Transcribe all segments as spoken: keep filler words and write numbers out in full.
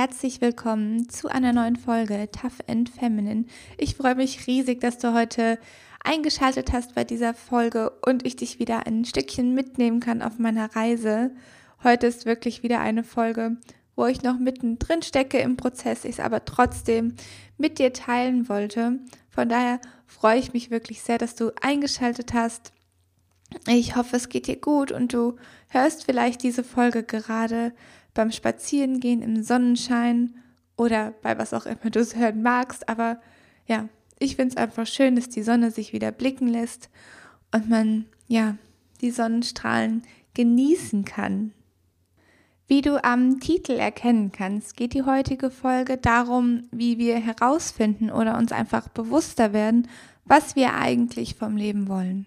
herzlich willkommen zu einer neuen Folge Tough and Feminine. Ich freue mich riesig, dass du heute eingeschaltet hast bei dieser Folge und ich dich wieder ein Stückchen mitnehmen kann auf meiner Reise. Heute ist wirklich wieder eine Folge, wo ich noch mittendrin stecke im Prozess, ich es aber trotzdem mit dir teilen wollte. Von daher freue ich mich wirklich sehr, dass du eingeschaltet hast. Ich hoffe, es geht dir gut und du hörst vielleicht diese Folge gerade beim Spazierengehen im Sonnenschein oder bei was auch immer du es hören magst. Aber ja, ich finde es einfach schön, dass die Sonne sich wieder blicken lässt und man ja die Sonnenstrahlen genießen kann. Wie du am Titel erkennen kannst, geht die heutige Folge darum, wie wir herausfinden oder uns einfach bewusster werden, was wir eigentlich vom Leben wollen.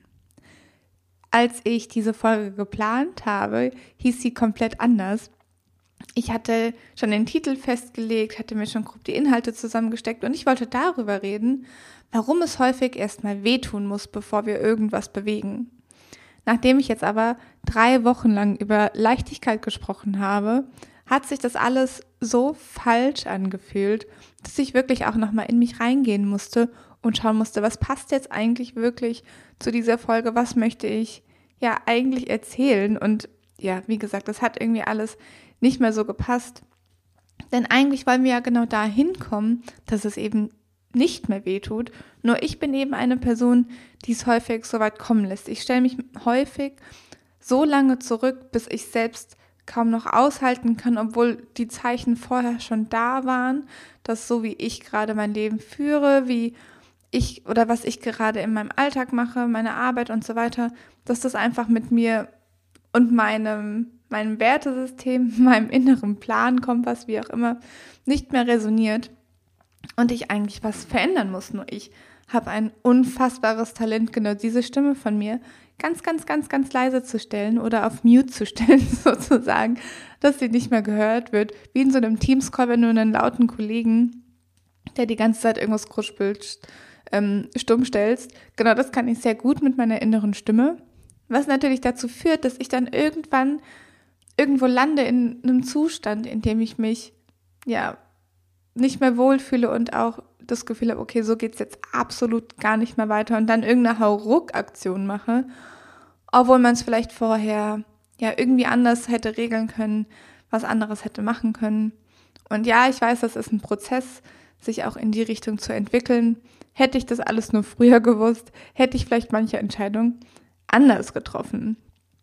Als ich diese Folge geplant habe, hieß sie komplett anders. Ich hatte schon den Titel festgelegt, hatte mir schon grob die Inhalte zusammengesteckt und ich wollte darüber reden, warum es häufig erstmal wehtun muss, bevor wir irgendwas bewegen. Nachdem ich jetzt aber drei Wochen lang über Leichtigkeit gesprochen habe, hat sich das alles so falsch angefühlt, dass ich wirklich auch nochmal in mich reingehen musste und schauen musste, was passt jetzt eigentlich wirklich zu dieser Folge, was möchte ich ja eigentlich erzählen. Und ja, wie gesagt, das hat irgendwie alles nicht mehr so gepasst. Denn eigentlich wollen wir ja genau dahin kommen, dass es eben nicht mehr wehtut. Nur ich bin eben eine Person, die es häufig so weit kommen lässt. Ich stelle mich häufig so lange zurück, bis ich selbst kaum noch aushalten kann, obwohl die Zeichen vorher schon da waren, dass so wie ich gerade mein Leben führe, wie ich oder was ich gerade in meinem Alltag mache, meine Arbeit und so weiter, dass das einfach mit mir und meinem, meinem Wertesystem, meinem inneren Plan, Kompass, wie auch immer, nicht mehr resoniert und ich eigentlich was verändern muss. Nur ich habe ein unfassbares Talent, genau diese Stimme von mir ganz, ganz, ganz, ganz leise zu stellen oder auf Mute zu stellen sozusagen, dass sie nicht mehr gehört wird, wie in so einem Teams-Call, wenn du einen lauten Kollegen, der die ganze Zeit irgendwas kruspelt, ähm, stumm stellst. Genau, das kann ich sehr gut mit meiner inneren Stimme, was natürlich dazu führt, dass ich dann irgendwann irgendwo lande in einem Zustand, in dem ich mich ja nicht mehr wohlfühle und auch das Gefühl habe, okay, so geht's jetzt absolut gar nicht mehr weiter und dann irgendeine Hauruck-Aktion mache, obwohl man es vielleicht vorher ja irgendwie anders hätte regeln können, was anderes hätte machen können. Und ja, ich weiß, das ist ein Prozess, sich auch in die Richtung zu entwickeln. Hätte ich das alles nur früher gewusst, hätte ich vielleicht manche Entscheidung anders getroffen.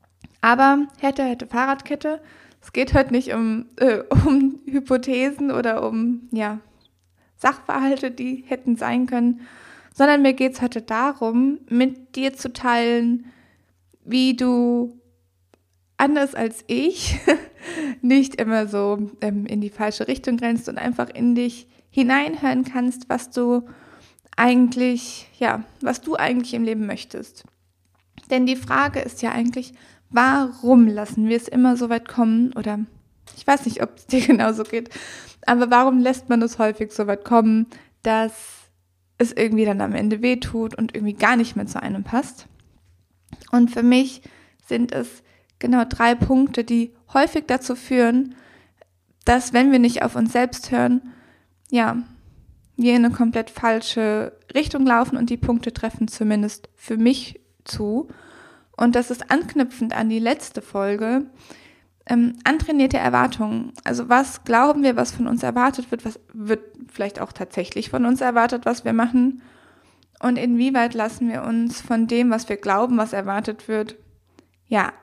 Aber hätte, hätte Fahrradkette. Es geht heute nicht um, äh, um Hypothesen oder um ja, Sachverhalte, die hätten sein können, sondern mir geht es heute darum, mit dir zu teilen, wie du anders als ich nicht immer so ähm, in die falsche Richtung rennst und einfach in dich hineinhören kannst, was du eigentlich, ja, was du eigentlich im Leben möchtest. Denn die Frage ist ja eigentlich, warum lassen wir es immer so weit kommen? Oder ich weiß nicht, ob es dir genauso geht, aber warum lässt man es häufig so weit kommen, dass es irgendwie dann am Ende wehtut und irgendwie gar nicht mehr zu einem passt? Und für mich sind es genau drei Punkte, die häufig dazu führen, dass, wenn wir nicht auf uns selbst hören, ja, wir in eine komplett falsche Richtung laufen und die Punkte treffen zumindest für mich zu. Und das ist anknüpfend an die letzte Folge, ähm, antrainierte Erwartungen. Also was glauben wir, was von uns erwartet wird, was wird vielleicht auch tatsächlich von uns erwartet, was wir machen und inwieweit lassen wir uns von dem, was wir glauben, was erwartet wird, ja,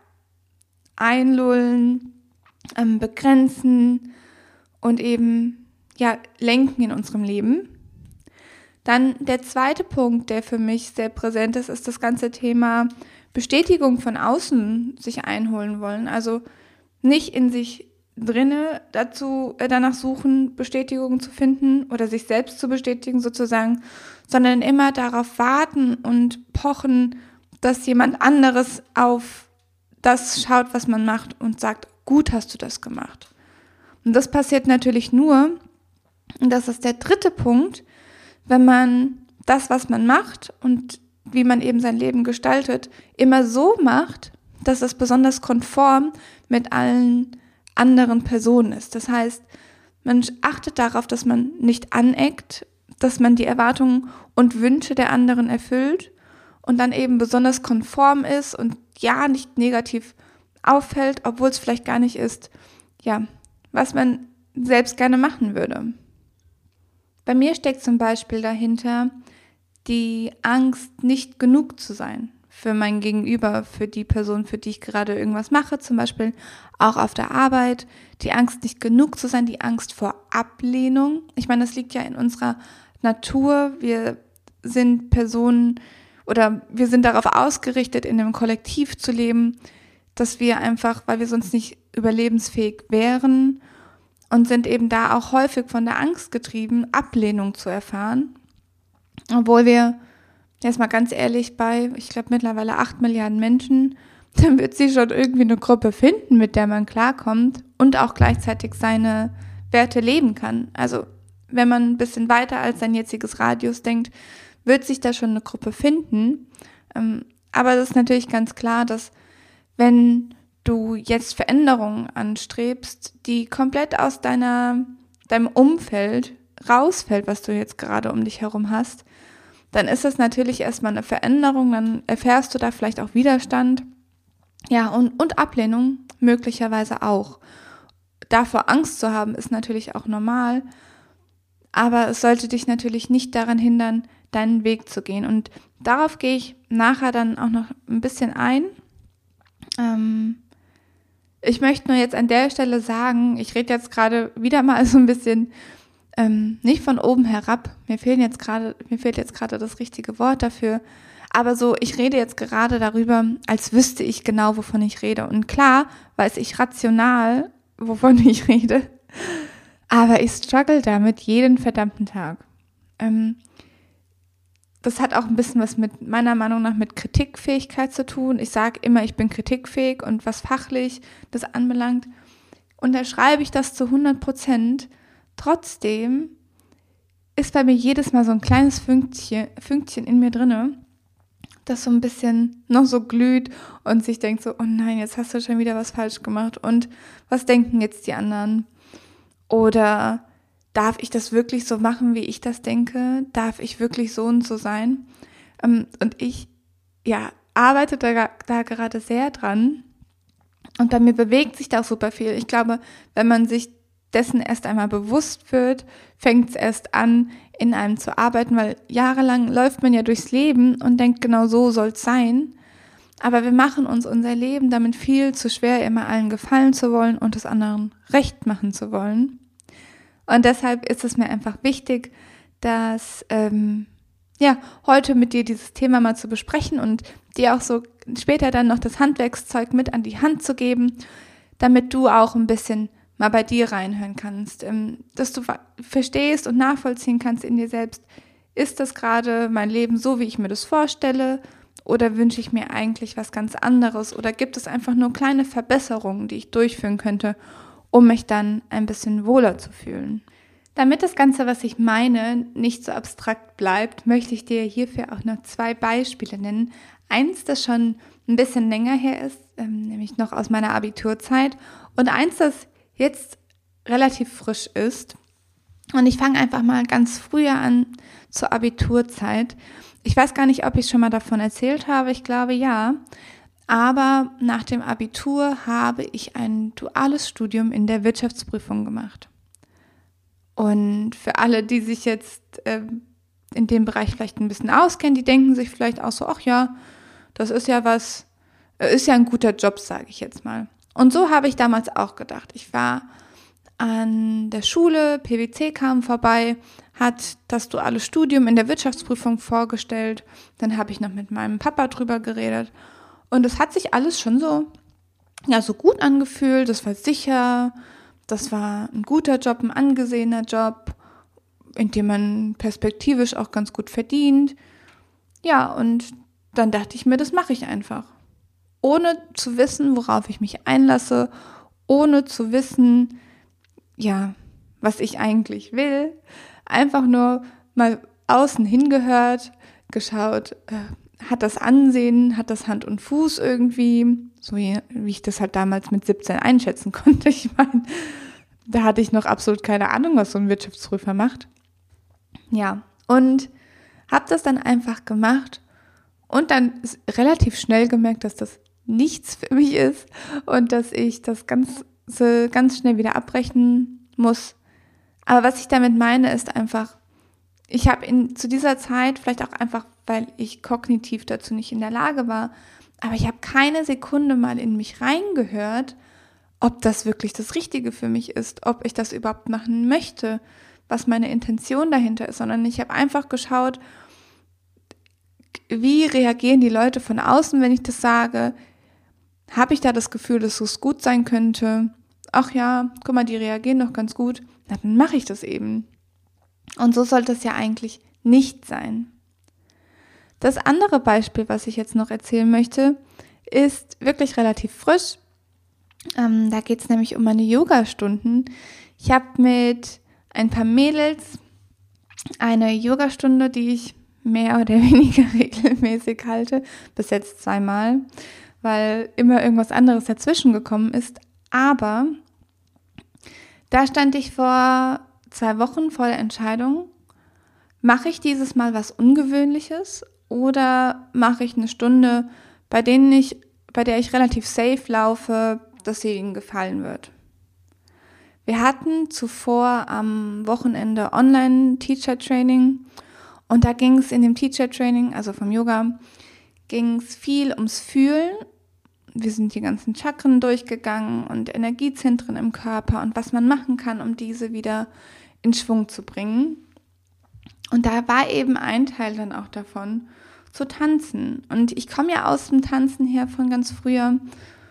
einlullen, ähm, begrenzen und eben ja, lenken in unserem Leben. Dann der zweite Punkt, der für mich sehr präsent ist, ist das ganze Thema Bestätigung von außen sich einholen wollen. Also nicht in sich drinne dazu äh, danach suchen, Bestätigung zu finden oder sich selbst zu bestätigen sozusagen, sondern immer darauf warten und pochen, dass jemand anderes auf das schaut, was man macht und sagt, gut hast du das gemacht. Und das passiert natürlich nur, und das ist der dritte Punkt, wenn man das, was man macht und wie man eben sein Leben gestaltet, immer so macht, dass es besonders konform mit allen anderen Personen ist. Das heißt, Man achtet darauf, dass man nicht aneckt, dass man die Erwartungen und Wünsche der anderen erfüllt und dann eben besonders konform ist und ja, nicht negativ auffällt, obwohl es vielleicht gar nicht ist, ja, was man selbst gerne machen würde. Bei mir steckt zum Beispiel dahinter die Angst, nicht genug zu sein für mein Gegenüber, für die Person, für die ich gerade irgendwas mache, zum Beispiel auch auf der Arbeit, die Angst, nicht genug zu sein, die Angst vor Ablehnung. Ich meine, das liegt ja in unserer Natur. Wir sind Personen oder wir sind darauf ausgerichtet, in einem Kollektiv zu leben, dass wir einfach, weil wir sonst nicht überlebensfähig wären und sind eben da auch häufig von der Angst getrieben, Ablehnung zu erfahren, obwohl wir jetzt mal ganz ehrlich, bei, ich glaube, mittlerweile acht Milliarden Menschen, dann wird sie schon irgendwie eine Gruppe finden, mit der man klarkommt und auch gleichzeitig seine Werte leben kann. Also wenn man ein bisschen weiter als sein jetziges Radius denkt, wird sich da schon eine Gruppe finden. Aber es ist natürlich ganz klar, dass wenn du jetzt Veränderungen anstrebst, die komplett aus deiner, deinem Umfeld rausfällt, was du jetzt gerade um dich herum hast, dann ist das natürlich erstmal eine Veränderung, dann erfährst du da vielleicht auch Widerstand, ja, und, und Ablehnung möglicherweise auch. Davor Angst zu haben, ist natürlich auch normal, aber es sollte dich natürlich nicht daran hindern, deinen Weg zu gehen. Und darauf gehe ich nachher dann auch noch ein bisschen ein. Ähm, ich möchte nur jetzt an der Stelle sagen, ich rede jetzt gerade wieder mal so ein bisschen Ähm, nicht von oben herab, mir fehlen jetzt gerade, mir fehlt jetzt gerade das richtige Wort dafür, aber so, ich rede jetzt gerade darüber, als wüsste ich genau, wovon ich rede. Und klar weiß ich rational, wovon ich rede, aber ich struggle damit jeden verdammten Tag. Ähm, das hat auch ein bisschen was mit, meiner Meinung nach, mit Kritikfähigkeit zu tun. Ich sage immer, ich bin kritikfähig und was fachlich das anbelangt, unterschreibe ich das zu hundert Prozent. Trotzdem ist bei mir jedes Mal so ein kleines Fünkchen, Fünkchen in mir drinne, das so ein bisschen noch so glüht und sich denkt so, oh nein, jetzt hast du schon wieder was falsch gemacht und was denken jetzt die anderen? Oder darf ich das wirklich so machen, wie ich das denke? Darf ich wirklich so und so sein? Und ich, ja, arbeite da, da gerade sehr dran und bei mir bewegt sich da auch super viel. Ich glaube, wenn man sich dessen erst einmal bewusst wird, fängt es erst an, in einem zu arbeiten, weil jahrelang läuft man ja durchs Leben und denkt, genau so soll es sein. Aber wir machen uns unser Leben damit viel zu schwer, immer allen gefallen zu wollen und es anderen recht machen zu wollen. Und deshalb ist es mir einfach wichtig, dass ähm, ja heute mit dir dieses Thema mal zu besprechen und dir auch so später dann noch das Handwerkszeug mit an die Hand zu geben, damit du auch ein bisschen mal bei dir reinhören kannst, dass du verstehst und nachvollziehen kannst in dir selbst, ist das gerade mein Leben so, wie ich mir das vorstelle, oder wünsche ich mir eigentlich was ganz anderes, oder gibt es einfach nur kleine Verbesserungen, die ich durchführen könnte, um mich dann ein bisschen wohler zu fühlen. Damit das Ganze, was ich meine, nicht so abstrakt bleibt, möchte ich dir hierfür auch noch zwei Beispiele nennen. Eins, das schon ein bisschen länger her ist, nämlich noch aus meiner Abiturzeit, und eins, das jetzt relativ frisch ist. Und ich fange einfach mal ganz früher an, zur Abiturzeit. Ich weiß gar nicht, ob ich schon mal davon erzählt habe. Ich glaube, ja. Aber nach dem Abitur habe ich ein duales Studium in der Wirtschaftsprüfung gemacht. Und für alle, die sich jetzt äh, in dem Bereich vielleicht ein bisschen auskennen, die denken sich vielleicht auch so, ach ja, das ist ja was, ist ja ein guter Job, sage ich jetzt mal. Und so habe ich damals auch gedacht. Ich war an der Schule, P W C kam vorbei, hat das duale Studium in der Wirtschaftsprüfung vorgestellt. Dann habe ich noch mit meinem Papa drüber geredet. Und es hat sich alles schon so, ja, so gut angefühlt. Das war sicher, das war ein guter Job, ein angesehener Job, in dem man perspektivisch auch ganz gut verdient. Ja, und dann dachte ich mir, das mache ich einfach. Ohne zu wissen, worauf ich mich einlasse, ohne zu wissen, ja, was ich eigentlich will. Einfach nur mal außen hingehört, geschaut, äh, hat das Ansehen, hat das Hand und Fuß irgendwie, so wie, wie ich das halt damals mit siebzehn einschätzen konnte. Ich meine, Da hatte ich noch absolut keine Ahnung, was so ein Wirtschaftsprüfer macht. Ja, und habe das dann einfach gemacht und dann relativ schnell gemerkt, dass das nichts für mich ist und dass ich das Ganze ganz schnell wieder abbrechen muss. Aber was ich damit meine, ist einfach, ich habe in zu dieser Zeit, vielleicht auch einfach, weil ich kognitiv dazu nicht in der Lage war, aber ich habe keine Sekunde mal in mich reingehört, ob das wirklich das Richtige für mich ist, ob ich das überhaupt machen möchte, was meine Intention dahinter ist, sondern ich habe einfach geschaut, wie reagieren die Leute von außen, wenn ich das sage? Habe ich da das Gefühl, dass es gut sein könnte? Ach ja, guck mal, die reagieren doch ganz gut. Na, dann mache ich das eben. Und so sollte es ja eigentlich nicht sein. Das andere Beispiel, was ich jetzt noch erzählen möchte, ist wirklich relativ frisch. Ähm, da geht es nämlich um meine Yoga-Stunden. Ich habe mit ein paar Mädels eine Yogastunde, die ich mehr oder weniger regelmäßig halte, bis jetzt zweimal, weil immer irgendwas anderes dazwischen gekommen ist. Aber da stand ich vor zwei Wochen vor der Entscheidung, mache ich dieses Mal was Ungewöhnliches oder mache ich eine Stunde, bei denen ich, bei der ich relativ safe laufe, dass sie ihnen gefallen wird. Wir hatten zuvor am Wochenende Online-Teacher-Training und da ging es in dem Teacher-Training, also vom Yoga, ging es viel ums Fühlen. Wir sind die ganzen Chakren durchgegangen und Energiezentren im Körper und was man machen kann, um diese wieder in Schwung zu bringen. Und da war eben ein Teil dann auch davon, zu tanzen. Und ich komme ja aus dem Tanzen her von ganz früher.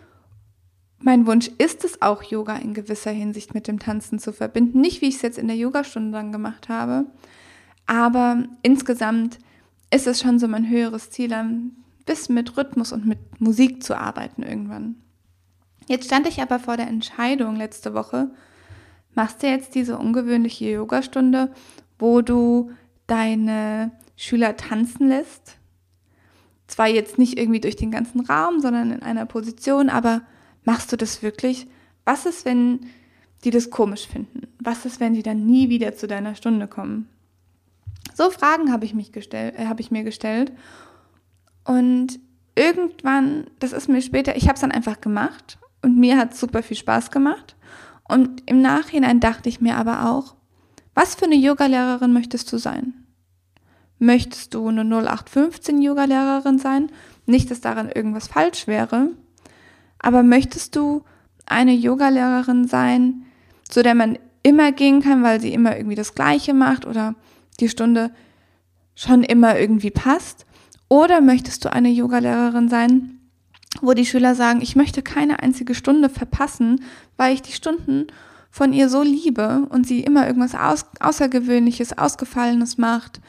Mein Wunsch ist es auch, Yoga in gewisser Hinsicht mit dem Tanzen zu verbinden. Nicht, wie ich es jetzt in der Yogastunde dann gemacht habe, aber insgesamt ist es schon so mein höheres Ziel, ein bisschen mit Rhythmus und mit Musik zu arbeiten irgendwann. Jetzt stand ich aber vor der Entscheidung letzte Woche, machst du jetzt diese ungewöhnliche Yogastunde, wo du deine Schüler tanzen lässt? Zwar jetzt nicht irgendwie durch den ganzen Raum, sondern in einer Position, aber machst du das wirklich? Was ist, wenn die das komisch finden? Was ist, wenn die dann nie wieder zu deiner Stunde kommen? So Fragen habe ich, mich gestell, äh, habe ich mir gestellt. Und irgendwann, das ist mir später, ich habe es dann einfach gemacht und mir hat es super viel Spaß gemacht. Und im Nachhinein dachte ich mir aber auch, was für eine Yogalehrerin möchtest du sein? Möchtest du eine null acht fünfzehn Yogalehrerin sein? Nicht, dass daran irgendwas falsch wäre, aber möchtest du eine Yogalehrerin sein, zu der man immer gehen kann, weil sie immer irgendwie das Gleiche macht oder die Stunde schon immer irgendwie passt? Oder möchtest du eine Yogalehrerin sein, wo die Schüler sagen, ich möchte keine einzige Stunde verpassen, weil ich die Stunden von ihr so liebe und sie immer irgendwas Aus- Außergewöhnliches, Ausgefallenes macht.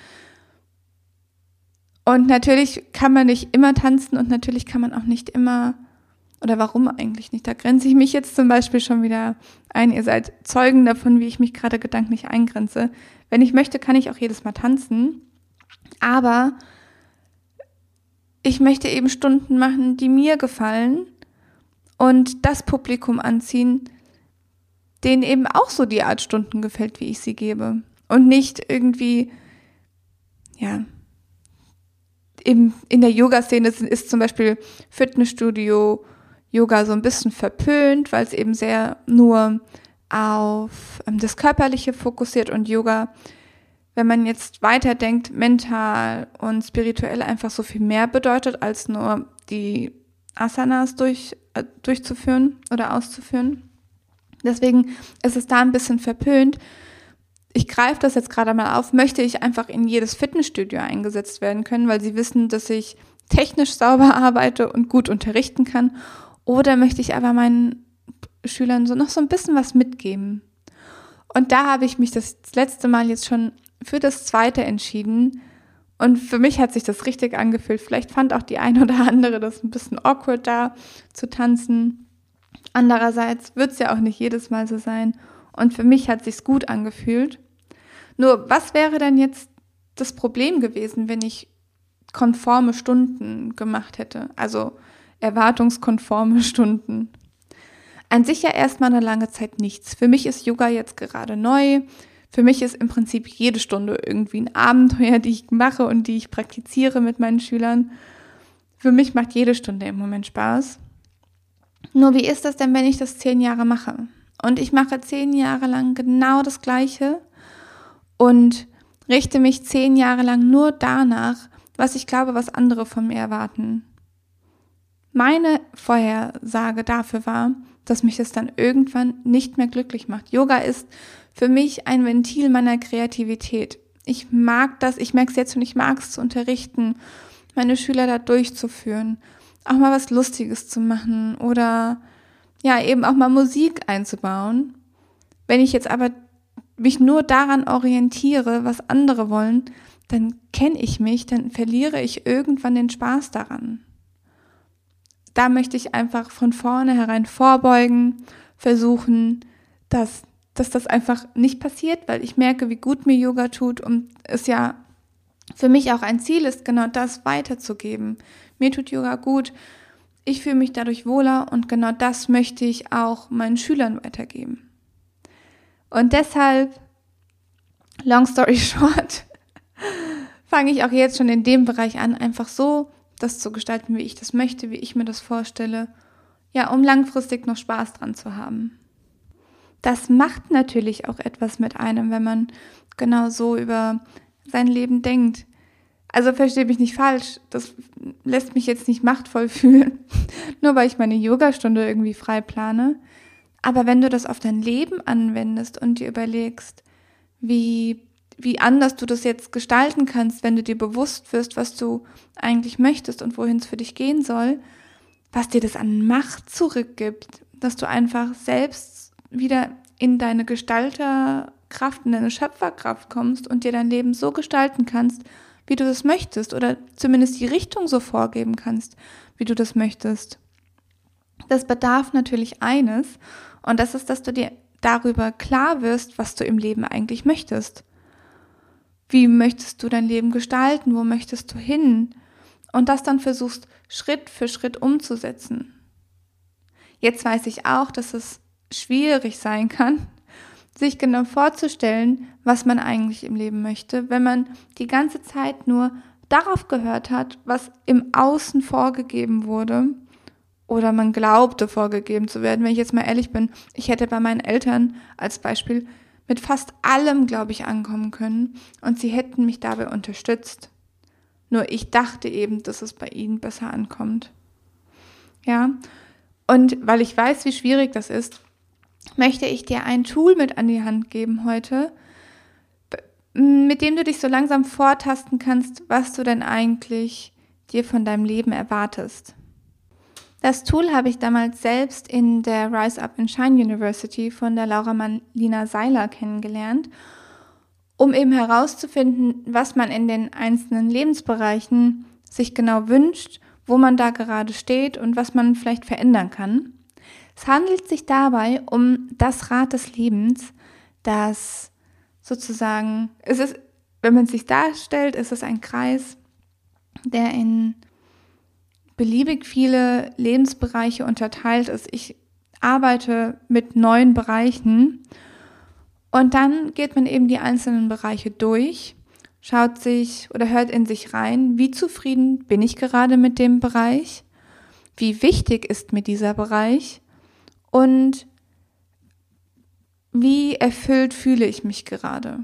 Und natürlich kann man nicht immer tanzen und natürlich kann man auch nicht immer, oder warum eigentlich nicht? Da grenze ich mich jetzt zum Beispiel schon wieder ein. Ihr seid Zeugen davon, wie ich mich gerade gedanklich eingrenze. Wenn ich möchte, kann ich auch jedes Mal tanzen. Aber ich möchte eben Stunden machen, die mir gefallen und das Publikum anziehen, denen eben auch so die Art Stunden gefällt, wie ich sie gebe. Und nicht irgendwie, ja, eben in der Yoga-Szene ist, ist zum Beispiel Fitnessstudio, Yoga so ein bisschen verpönt, weil es eben sehr nur auf ähm, das Körperliche fokussiert und Yoga, wenn man jetzt weiterdenkt, mental und spirituell einfach so viel mehr bedeutet, als nur die Asanas durch, äh, durchzuführen oder auszuführen. Deswegen ist es da ein bisschen verpönt. Ich greife das jetzt gerade mal auf, möchte ich einfach in jedes Fitnessstudio eingesetzt werden können, weil sie wissen, dass ich technisch sauber arbeite und gut unterrichten kann. Oder möchte ich aber meinen Schülern so noch so ein bisschen was mitgeben? Und da habe ich mich das letzte Mal jetzt schon für das zweite entschieden. Und für mich hat sich das richtig angefühlt. Vielleicht fand auch die eine oder andere das ein bisschen awkward da zu tanzen. Andererseits wird es ja auch nicht jedes Mal so sein. Und für mich hat es sich gut angefühlt. Nur, was wäre denn jetzt das Problem gewesen, wenn ich konforme Stunden gemacht hätte? Also erwartungskonforme Stunden. an sich ja erstmal eine lange Zeit nichts. Für mich ist Yoga jetzt gerade neu. Für mich ist im Prinzip jede Stunde irgendwie ein Abenteuer, die ich mache und die ich praktiziere mit meinen Schülern. Für mich macht jede Stunde im Moment Spaß. Nur wie ist das denn, wenn ich das zehn Jahre mache? Und ich mache zehn Jahre lang genau das Gleiche und richte mich zehn Jahre lang nur danach, was ich glaube, was andere von mir erwarten. Meine Vorhersage dafür war, dass mich das dann irgendwann nicht mehr glücklich macht. Yoga ist für mich ein Ventil meiner Kreativität. Ich mag das, ich merke es jetzt und ich mag es zu unterrichten, meine Schüler da durchzuführen, auch mal was Lustiges zu machen oder ja, eben auch mal Musik einzubauen. Wenn ich jetzt aber mich nur daran orientiere, was andere wollen, dann kenne ich mich, dann verliere ich irgendwann den Spaß daran. Da möchte ich einfach von vornherein vorbeugen, versuchen, dass, dass das einfach nicht passiert, weil ich merke, wie gut mir Yoga tut und es ja für mich auch ein Ziel ist, genau das weiterzugeben. Mir tut Yoga gut, ich fühle mich dadurch wohler und genau das möchte ich auch meinen Schülern weitergeben. Und deshalb, long story short, fange ich auch jetzt schon in dem Bereich an, einfach so das zu gestalten, wie ich das möchte, wie ich mir das vorstelle, ja, um langfristig noch Spaß dran zu haben. Das macht natürlich auch etwas mit einem, wenn man genau so über sein Leben denkt. Also verstehe mich nicht falsch, das lässt mich jetzt nicht machtvoll fühlen, nur weil ich meine Yogastunde irgendwie frei plane. Aber wenn du das auf dein Leben anwendest und dir überlegst, wie wie anders du das jetzt gestalten kannst, wenn du dir bewusst wirst, was du eigentlich möchtest und wohin es für dich gehen soll, was dir das an Macht zurückgibt, dass du einfach selbst wieder in deine Gestalterkraft, in deine Schöpferkraft kommst und dir dein Leben so gestalten kannst, wie du das möchtest oder zumindest die Richtung so vorgeben kannst, wie du das möchtest. Das bedarf natürlich eines und das ist, dass du dir darüber klar wirst, was du im Leben eigentlich möchtest. Wie möchtest du dein Leben gestalten? Wo möchtest du hin? Und das dann versuchst, Schritt für Schritt umzusetzen. Jetzt weiß ich auch, dass es schwierig sein kann, sich genau vorzustellen, was man eigentlich im Leben möchte, wenn man die ganze Zeit nur darauf gehört hat, was im Außen vorgegeben wurde oder man glaubte vorgegeben zu werden. Wenn ich jetzt mal ehrlich bin, ich hätte bei meinen Eltern als Beispiel mit fast allem, glaube ich, ankommen können und sie hätten mich dabei unterstützt. Nur ich dachte eben, dass es bei ihnen besser ankommt. Ja, und weil ich weiß, wie schwierig das ist, möchte ich dir ein Tool mit an die Hand geben heute, mit dem du dich so langsam vortasten kannst, was du denn eigentlich dir von deinem Leben erwartest. Das Tool habe ich damals selbst in der Rise Up and Shine University von der Laura Marlina Seiler kennengelernt, um eben herauszufinden, was man in den einzelnen Lebensbereichen sich genau wünscht, wo man da gerade steht und was man vielleicht verändern kann. Es handelt sich dabei um das Rad des Lebens, das sozusagen, es ist, wenn man es sich darstellt, ist es ein Kreis, der in beliebig viele Lebensbereiche unterteilt ist. Ich arbeite mit neun Bereichen und dann geht man eben die einzelnen Bereiche durch, schaut sich oder hört in sich rein, wie zufrieden bin ich gerade mit dem Bereich, wie wichtig ist mir dieser Bereich und wie erfüllt fühle ich mich gerade.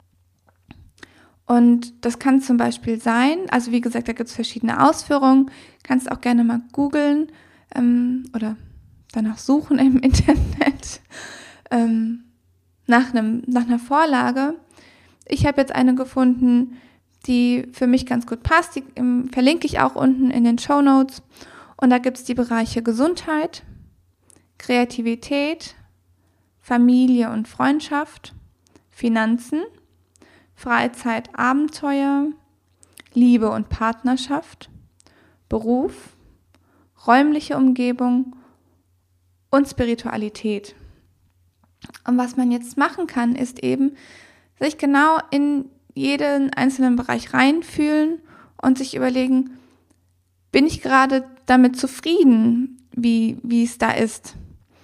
Und das kann zum Beispiel sein, also wie gesagt, da gibt es verschiedene Ausführungen, kannst auch gerne mal googeln ähm, oder danach suchen im Internet ähm, nach, einem, nach einer Vorlage. Ich habe jetzt eine gefunden, die für mich ganz gut passt, die ähm, verlinke ich auch unten in den Shownotes. Und da gibt es die Bereiche Gesundheit, Kreativität, Familie und Freundschaft, Finanzen, Freizeit, Abenteuer, Liebe und Partnerschaft, Beruf, räumliche Umgebung und Spiritualität. Und was man jetzt machen kann, ist eben sich genau in jeden einzelnen Bereich reinfühlen und sich überlegen, bin ich gerade damit zufrieden, wie, wie es da ist?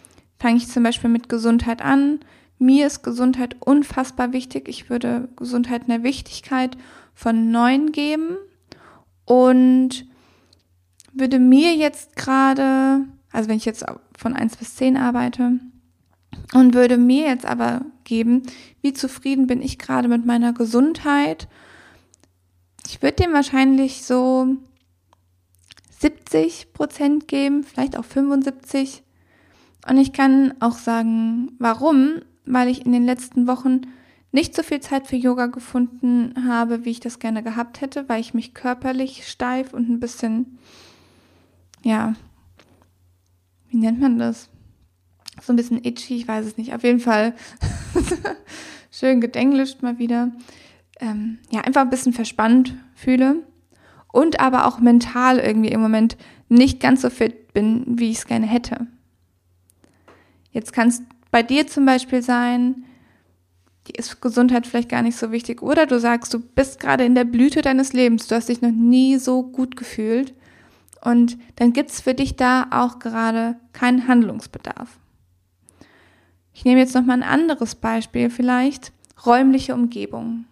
fange ich zum Beispiel mit Gesundheit an. Mir ist Gesundheit unfassbar wichtig. Ich würde Gesundheit eine Wichtigkeit von neun geben und würde mir jetzt gerade, also wenn ich jetzt von eins bis zehn arbeite, und würde mir jetzt aber geben, wie zufrieden bin ich gerade mit meiner Gesundheit. Ich würde dem wahrscheinlich so siebzig Prozent geben, vielleicht auch fünfundsiebzig. Und ich kann auch sagen, warum? Weil ich in den letzten Wochen nicht so viel Zeit für Yoga gefunden habe, wie ich das gerne gehabt hätte, weil ich mich körperlich steif und ein bisschen, ja, wie nennt man das? So ein bisschen itchy, ich weiß es nicht. Auf jeden Fall schön gedenglischt mal wieder. Ähm, ja, einfach ein bisschen verspannt fühle und aber auch mental irgendwie im Moment nicht ganz so fit bin, wie ich es gerne hätte. Jetzt kann es bei dir zum Beispiel sein, dir ist Gesundheit vielleicht gar nicht so wichtig oder du sagst, du bist gerade in der Blüte deines Lebens, du hast dich noch nie so gut gefühlt und dann gibt es für dich da auch gerade keinen Handlungsbedarf. Ich nehme jetzt nochmal ein anderes Beispiel vielleicht, räumliche Umgebung.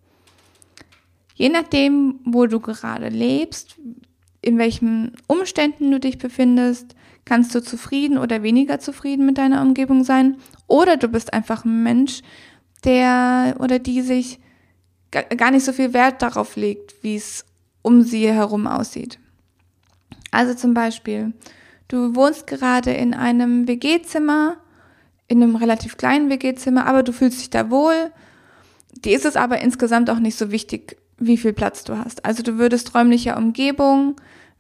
Je nachdem, wo du gerade lebst, in welchen Umständen du dich befindest, kannst du zufrieden oder weniger zufrieden mit deiner Umgebung sein. Oder du bist einfach ein Mensch, der oder die sich gar nicht so viel Wert darauf legt, wie es um sie herum aussieht. Also zum Beispiel, du wohnst gerade in einem W G-Zimmer, in einem relativ kleinen W G-Zimmer, aber du fühlst dich da wohl. Dir ist es aber insgesamt auch nicht so wichtig, wie viel Platz du hast. Also du würdest räumlicher Umgebung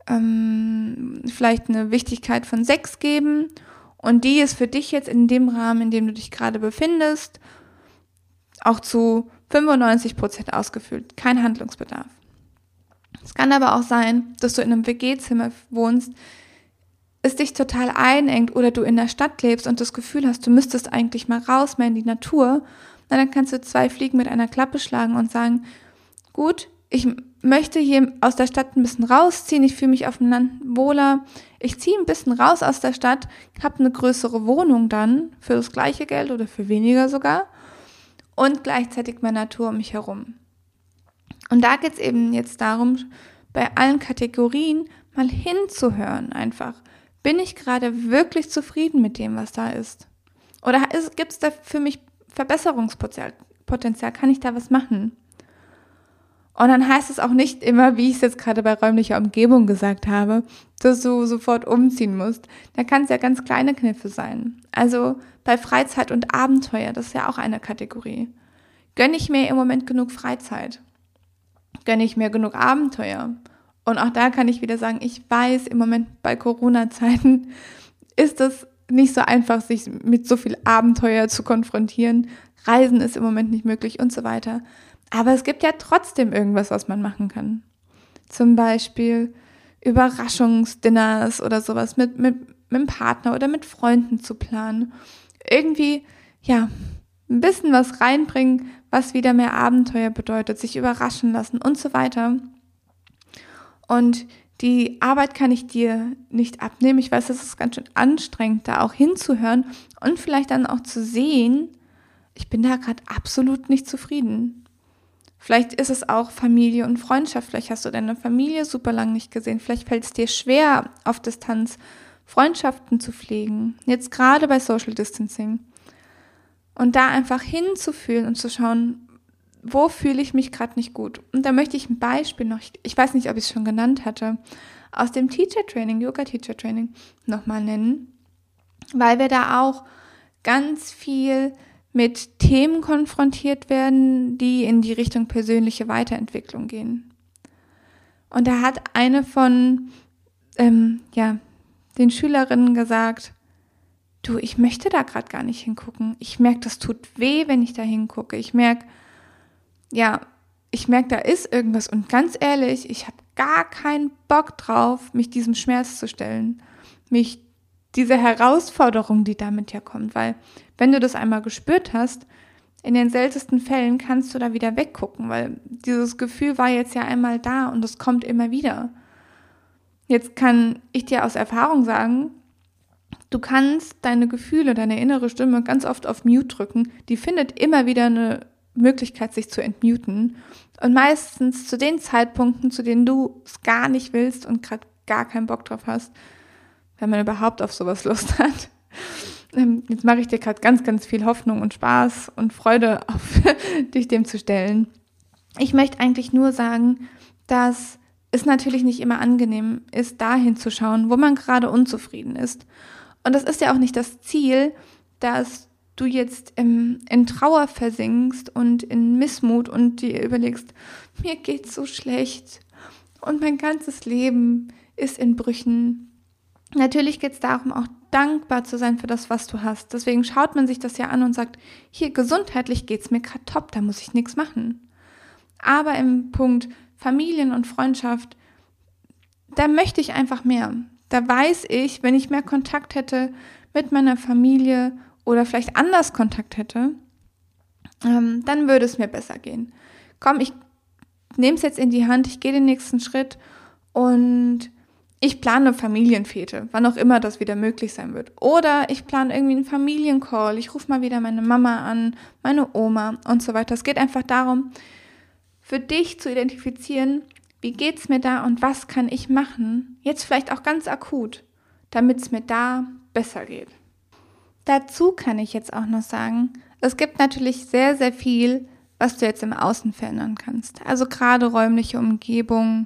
ähm, vielleicht eine Wichtigkeit von sechs geben und die ist für dich jetzt in dem Rahmen, in dem du dich gerade befindest, auch zu fünfundneunzig Prozent ausgefüllt. Kein Handlungsbedarf. Es kann aber auch sein, dass du in einem W G-Zimmer wohnst, es dich total einengt oder du in der Stadt lebst und das Gefühl hast, du müsstest eigentlich mal raus, mehr in die Natur, na, dann kannst du zwei Fliegen mit einer Klappe schlagen und sagen, gut, ich möchte hier aus der Stadt ein bisschen rausziehen, ich fühle mich auf dem Land wohler, ich ziehe ein bisschen raus aus der Stadt, habe eine größere Wohnung dann für das gleiche Geld oder für weniger sogar und gleichzeitig mehr Natur um mich herum. Und da geht es eben jetzt darum, bei allen Kategorien mal hinzuhören einfach. Bin ich gerade wirklich zufrieden mit dem, was da ist? Oder gibt es da für mich Verbesserungspotenzial? Kann ich da was machen? Und dann heißt es auch nicht immer, wie ich es jetzt gerade bei räumlicher Umgebung gesagt habe, dass du sofort umziehen musst. Da kann es ja ganz kleine Kniffe sein. Also bei Freizeit und Abenteuer, das ist ja auch eine Kategorie. Gönne ich mir im Moment genug Freizeit? Gönne ich mir genug Abenteuer? Und auch da kann ich wieder sagen, ich weiß, im Moment bei Corona-Zeiten ist es nicht so einfach, sich mit so viel Abenteuer zu konfrontieren. Reisen ist im Moment nicht möglich und so weiter. Aber es gibt ja trotzdem irgendwas, was man machen kann. Zum Beispiel Überraschungsdinners oder sowas mit, mit, mit dem Partner oder mit Freunden zu planen. Irgendwie, ja, ein bisschen was reinbringen, was wieder mehr Abenteuer bedeutet, sich überraschen lassen und so weiter. Und die Arbeit kann ich dir nicht abnehmen. Ich weiß, das ist ganz schön anstrengend, da auch hinzuhören und vielleicht dann auch zu sehen, ich bin da gerade absolut nicht zufrieden. Vielleicht ist es auch Familie und Freundschaft. Vielleicht hast du deine Familie super lang nicht gesehen. Vielleicht fällt es dir schwer, auf Distanz Freundschaften zu pflegen. Jetzt gerade bei Social Distancing. Und da einfach hinzufühlen und zu schauen, wo fühle ich mich gerade nicht gut. Und da möchte ich ein Beispiel noch, ich weiß nicht, ob ich es schon genannt hatte, aus dem Teacher Training, Yoga Teacher Training nochmal nennen, weil wir da auch ganz viel mit Themen konfrontiert werden, die in die Richtung persönliche Weiterentwicklung gehen. Und da hat eine von ähm, ja, den Schülerinnen gesagt, du, ich möchte da gerade gar nicht hingucken. Ich merke, das tut weh, wenn ich da hingucke. Ich merke, ja, ich merke, da ist irgendwas. Und ganz ehrlich, ich habe gar keinen Bock drauf, mich diesem Schmerz zu stellen, mich diese Herausforderung, die damit ja kommt, weil wenn du das einmal gespürt hast, in den seltensten Fällen kannst du da wieder weggucken, weil dieses Gefühl war jetzt ja einmal da und es kommt immer wieder. Jetzt kann ich dir aus Erfahrung sagen, Du kannst deine Gefühle, deine innere Stimme ganz oft auf Mute drücken. Die findet immer wieder eine Möglichkeit, sich zu entmuten. Und meistens zu den Zeitpunkten, zu denen du es gar nicht willst und gerade gar keinen Bock drauf hast, wenn man überhaupt auf sowas Lust hat. Jetzt mache ich dir gerade ganz, ganz viel Hoffnung und Spaß und Freude, auf dich dem zu stellen. Ich möchte eigentlich nur sagen, dass es natürlich nicht immer angenehm ist, dahin zu schauen, wo man gerade unzufrieden ist. Und das ist ja auch nicht das Ziel, dass du jetzt im, in Trauer versinkst und in Missmut und dir überlegst, mir geht's so schlecht und mein ganzes Leben ist in Brüchen. Natürlich geht es darum, auch dankbar zu sein für das, was du hast. Deswegen schaut man sich das ja an und sagt, hier, gesundheitlich geht's mir gerade top, da muss ich nichts machen. Aber im Punkt Familien und Freundschaft, da möchte ich einfach mehr. Da weiß ich, wenn ich mehr Kontakt hätte mit meiner Familie oder vielleicht anders Kontakt hätte, ähm, dann würde es mir besser gehen. Komm, ich nehme es jetzt in die Hand, ich gehe den nächsten Schritt und ich plane Familienfete, wann auch immer das wieder möglich sein wird. Oder ich plane irgendwie einen Familiencall, ich rufe mal wieder meine Mama an, meine Oma und so weiter. Es geht einfach darum, für dich zu identifizieren, wie geht's mir da und was kann ich machen, jetzt vielleicht auch ganz akut, damit es mir da besser geht. Dazu kann ich jetzt auch noch sagen, es gibt natürlich sehr, sehr viel, was du jetzt im Außen verändern kannst. Also gerade räumliche Umgebung,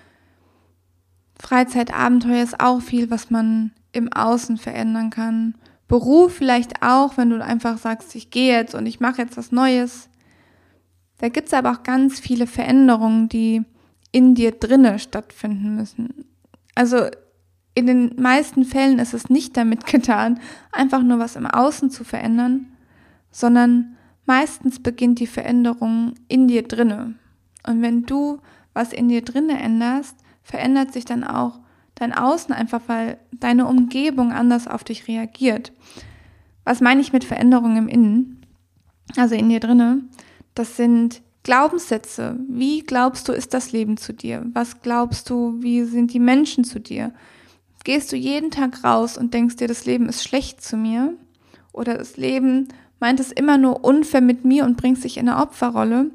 Freizeit, Abenteuer ist auch viel, was man im Außen verändern kann. Beruf vielleicht auch, wenn du einfach sagst, ich gehe jetzt und ich mache jetzt was Neues. Da gibt es aber auch ganz viele Veränderungen, die in dir drinne stattfinden müssen. Also in den meisten Fällen ist es nicht damit getan, einfach nur was im Außen zu verändern, sondern meistens beginnt die Veränderung in dir drinne. Und wenn du was in dir drinne änderst, verändert sich dann auch dein Außen einfach, weil deine Umgebung anders auf dich reagiert. Was meine ich mit Veränderung im Innen? Also in dir drinne, das sind Glaubenssätze. Wie glaubst du, ist das Leben zu dir? Was glaubst du, wie sind die Menschen zu dir? Gehst du jeden Tag raus und denkst dir, das Leben ist schlecht zu mir? Oder das Leben meint es immer nur unfair mit mir und bringt sich in eine Opferrolle?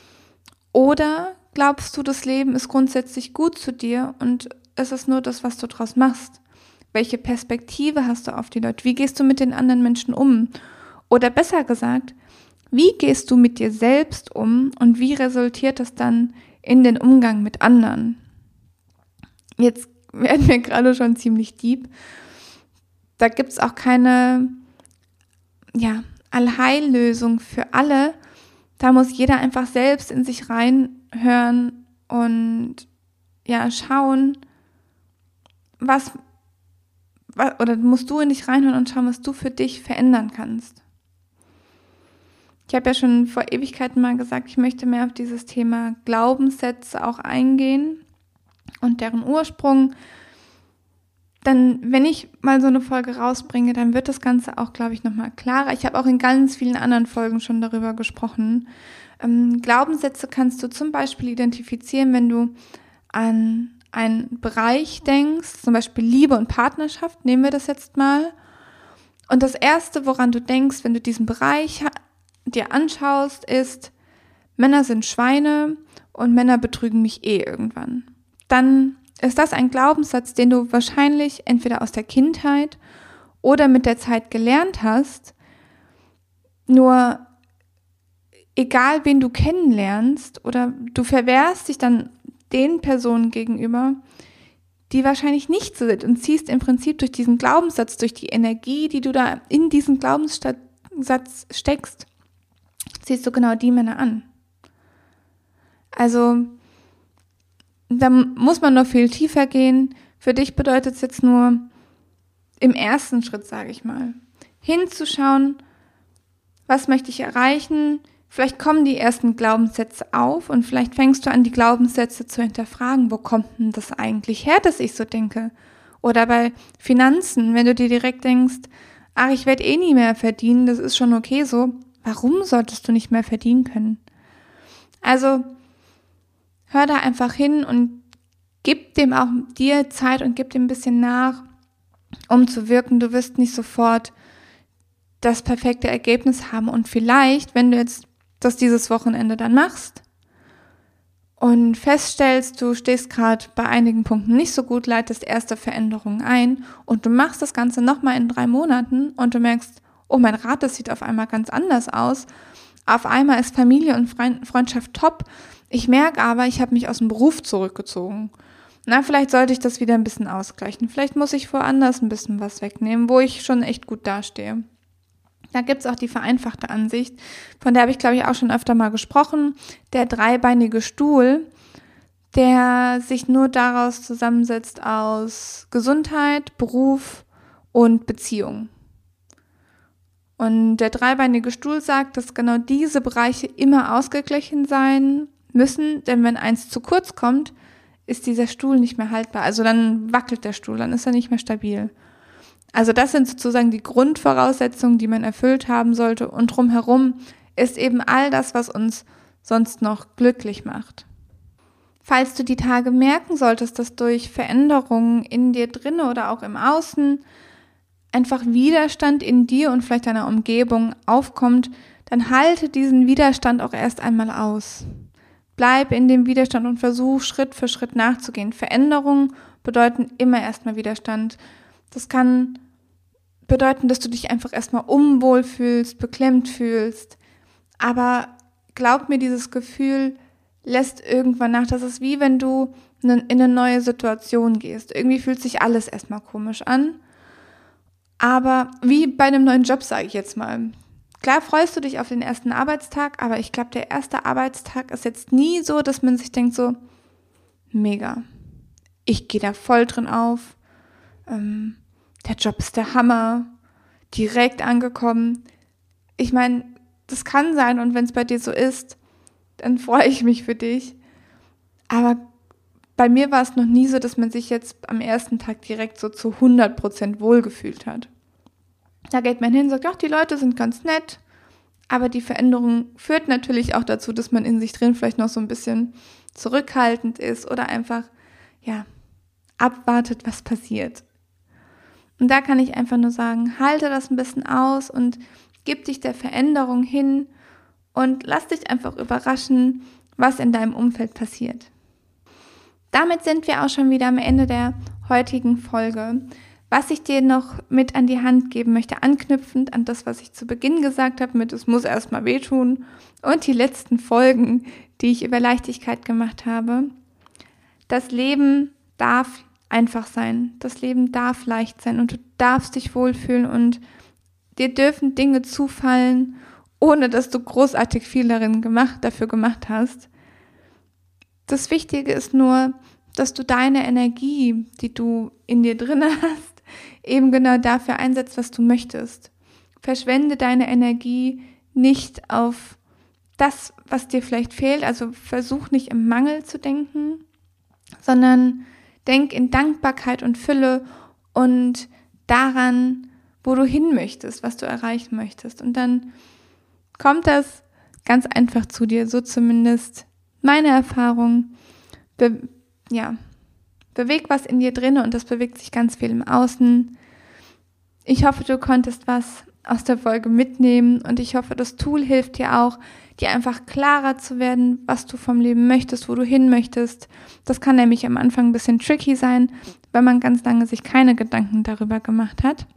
Oder glaubst du, das Leben ist grundsätzlich gut zu dir und es ist nur das, was du draus machst? Welche Perspektive hast du auf die Leute? Wie gehst du mit den anderen Menschen um? Oder besser gesagt, wie gehst du mit dir selbst um und wie resultiert das dann in den Umgang mit anderen? Jetzt werden wir gerade schon ziemlich deep. Da gibt es auch keine ja, Allheillösung für alle. Da muss jeder einfach selbst in sich reinhören und ja schauen, was, was oder musst du in dich reinhören und schauen, was du für dich verändern kannst. Ich habe ja schon vor Ewigkeiten mal gesagt, ich möchte mehr auf dieses Thema Glaubenssätze auch eingehen und deren Ursprung. Dann, wenn ich mal so eine Folge rausbringe, dann wird das Ganze auch, glaube ich, nochmal klarer. Ich habe auch in ganz vielen anderen Folgen schon darüber gesprochen. Ähm, Glaubenssätze kannst du zum Beispiel identifizieren, wenn du an einen Bereich denkst, zum Beispiel Liebe und Partnerschaft, nehmen wir das jetzt mal. Und das Erste, woran du denkst, wenn du diesen Bereich dir anschaust, ist, Männer sind Schweine und Männer betrügen mich eh irgendwann. Dann ist das ein Glaubenssatz, den du wahrscheinlich entweder aus der Kindheit oder mit der Zeit gelernt hast. Nur egal, wen du kennenlernst oder du verwehrst dich dann den Personen gegenüber, die wahrscheinlich nicht so sind und ziehst im Prinzip durch diesen Glaubenssatz, durch die Energie, die du da in diesen Glaubenssatz steckst, ziehst du genau die Männer an. Also da muss man noch viel tiefer gehen. Für dich bedeutet es jetzt nur im ersten Schritt, sage ich mal, hinzuschauen, was möchte ich erreichen. Vielleicht kommen die ersten Glaubenssätze auf und vielleicht fängst du an, die Glaubenssätze zu hinterfragen. Wo kommt denn das eigentlich her, dass ich so denke? Oder bei Finanzen, wenn du dir direkt denkst, ach, ich werde eh nie mehr verdienen, das ist schon okay so. Warum solltest du nicht mehr verdienen können? Also hör da einfach hin und gib dem auch dir Zeit und gib dem ein bisschen nach, um zu wirken. Du wirst nicht sofort das perfekte Ergebnis haben. Und vielleicht, wenn du jetzt das dieses Wochenende dann machst und feststellst, du stehst gerade bei einigen Punkten nicht so gut, leitest erste Veränderungen ein und du machst das Ganze nochmal in drei Monaten und du merkst, oh, mein Rad, das sieht auf einmal ganz anders aus. Auf einmal ist Familie und Freundschaft top. Ich merke aber, ich habe mich aus dem Beruf zurückgezogen. Na, vielleicht sollte ich das wieder ein bisschen ausgleichen. Vielleicht muss ich woanders ein bisschen was wegnehmen, wo ich schon echt gut dastehe. Da gibt es auch die vereinfachte Ansicht, von der habe ich, glaube ich, auch schon öfter mal gesprochen. Der dreibeinige Stuhl, der sich nur daraus zusammensetzt aus Gesundheit, Beruf und Beziehung. Und der dreibeinige Stuhl sagt, dass genau diese Bereiche immer ausgeglichen sein müssen, denn wenn eins zu kurz kommt, ist dieser Stuhl nicht mehr haltbar. Also dann wackelt der Stuhl, dann ist er nicht mehr stabil. Also das sind sozusagen die Grundvoraussetzungen, die man erfüllt haben sollte. Und drumherum ist eben all das, was uns sonst noch glücklich macht. Falls du die Tage merken solltest, dass durch Veränderungen in dir drin oder auch im Außen einfach Widerstand in dir und vielleicht deiner Umgebung aufkommt, dann halte diesen Widerstand auch erst einmal aus. Bleib in dem Widerstand und versuch Schritt für Schritt nachzugehen. Veränderungen bedeuten immer erstmal Widerstand. Das kann bedeuten, dass du dich einfach erstmal unwohl fühlst, beklemmt fühlst. Aber glaub mir, dieses Gefühl lässt irgendwann nach. Das ist wie wenn du in eine neue Situation gehst. Irgendwie fühlt sich alles erstmal komisch an. Aber wie bei einem neuen Job, sage ich jetzt mal. Klar freust du dich auf den ersten Arbeitstag, aber ich glaube, der erste Arbeitstag ist jetzt nie so, dass man sich denkt so, mega, ich gehe da voll drin auf. Ähm, der Job ist der Hammer, direkt angekommen. Ich meine, das kann sein und wenn es bei dir so ist, dann freue ich mich für dich. Aber bei mir war es noch nie so, dass man sich jetzt am ersten Tag direkt so zu hundert Prozent wohlgefühlt hat. Da geht man hin und sagt, ach, die Leute sind ganz nett, aber die Veränderung führt natürlich auch dazu, dass man in sich drin vielleicht noch so ein bisschen zurückhaltend ist oder einfach, ja, abwartet, was passiert. Und da kann ich einfach nur sagen, halte das ein bisschen aus und gib dich der Veränderung hin und lass dich einfach überraschen, was in deinem Umfeld passiert. Damit sind wir auch schon wieder am Ende der heutigen Folge. Was ich dir noch mit an die Hand geben möchte, anknüpfend an das, was ich zu Beginn gesagt habe, mit es muss erstmal wehtun und die letzten Folgen, die ich über Leichtigkeit gemacht habe. Das Leben darf einfach sein. Das Leben darf leicht sein und du darfst dich wohlfühlen und dir dürfen Dinge zufallen, ohne dass du großartig viel darin gemacht, dafür gemacht hast. Das Wichtige ist nur, dass du deine Energie, die du in dir drin hast, eben genau dafür einsetzt, was du möchtest. Verschwende deine Energie nicht auf das, was dir vielleicht fehlt. Also versuch nicht im Mangel zu denken, sondern denk in Dankbarkeit und Fülle und daran, wo du hin möchtest, was du erreichen möchtest. Und dann kommt das ganz einfach zu dir, so zumindest meine Erfahrung. Be- ja, beweg was in dir drin und das bewegt sich ganz viel im Außen. Ich hoffe, du konntest was aus der Folge mitnehmen und ich hoffe, das Tool hilft dir auch, dir einfach klarer zu werden, was du vom Leben möchtest, wo du hin möchtest. Das kann nämlich am Anfang ein bisschen tricky sein, wenn man ganz lange sich keine Gedanken darüber gemacht hat.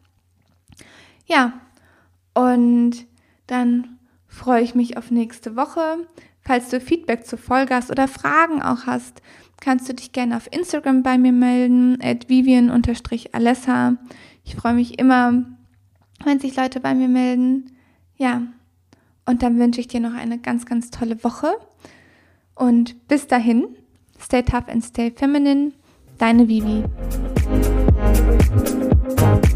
Ja, und dann freue ich mich auf nächste Woche. Falls du Feedback zur Folge hast oder Fragen auch hast, kannst du dich gerne auf Instagram bei mir melden, at vivian alessa. Ich freue mich immer, wenn sich Leute bei mir melden. Ja, und dann wünsche ich dir noch eine ganz, ganz tolle Woche. Und bis dahin, stay tough and stay feminine. Deine Vivi.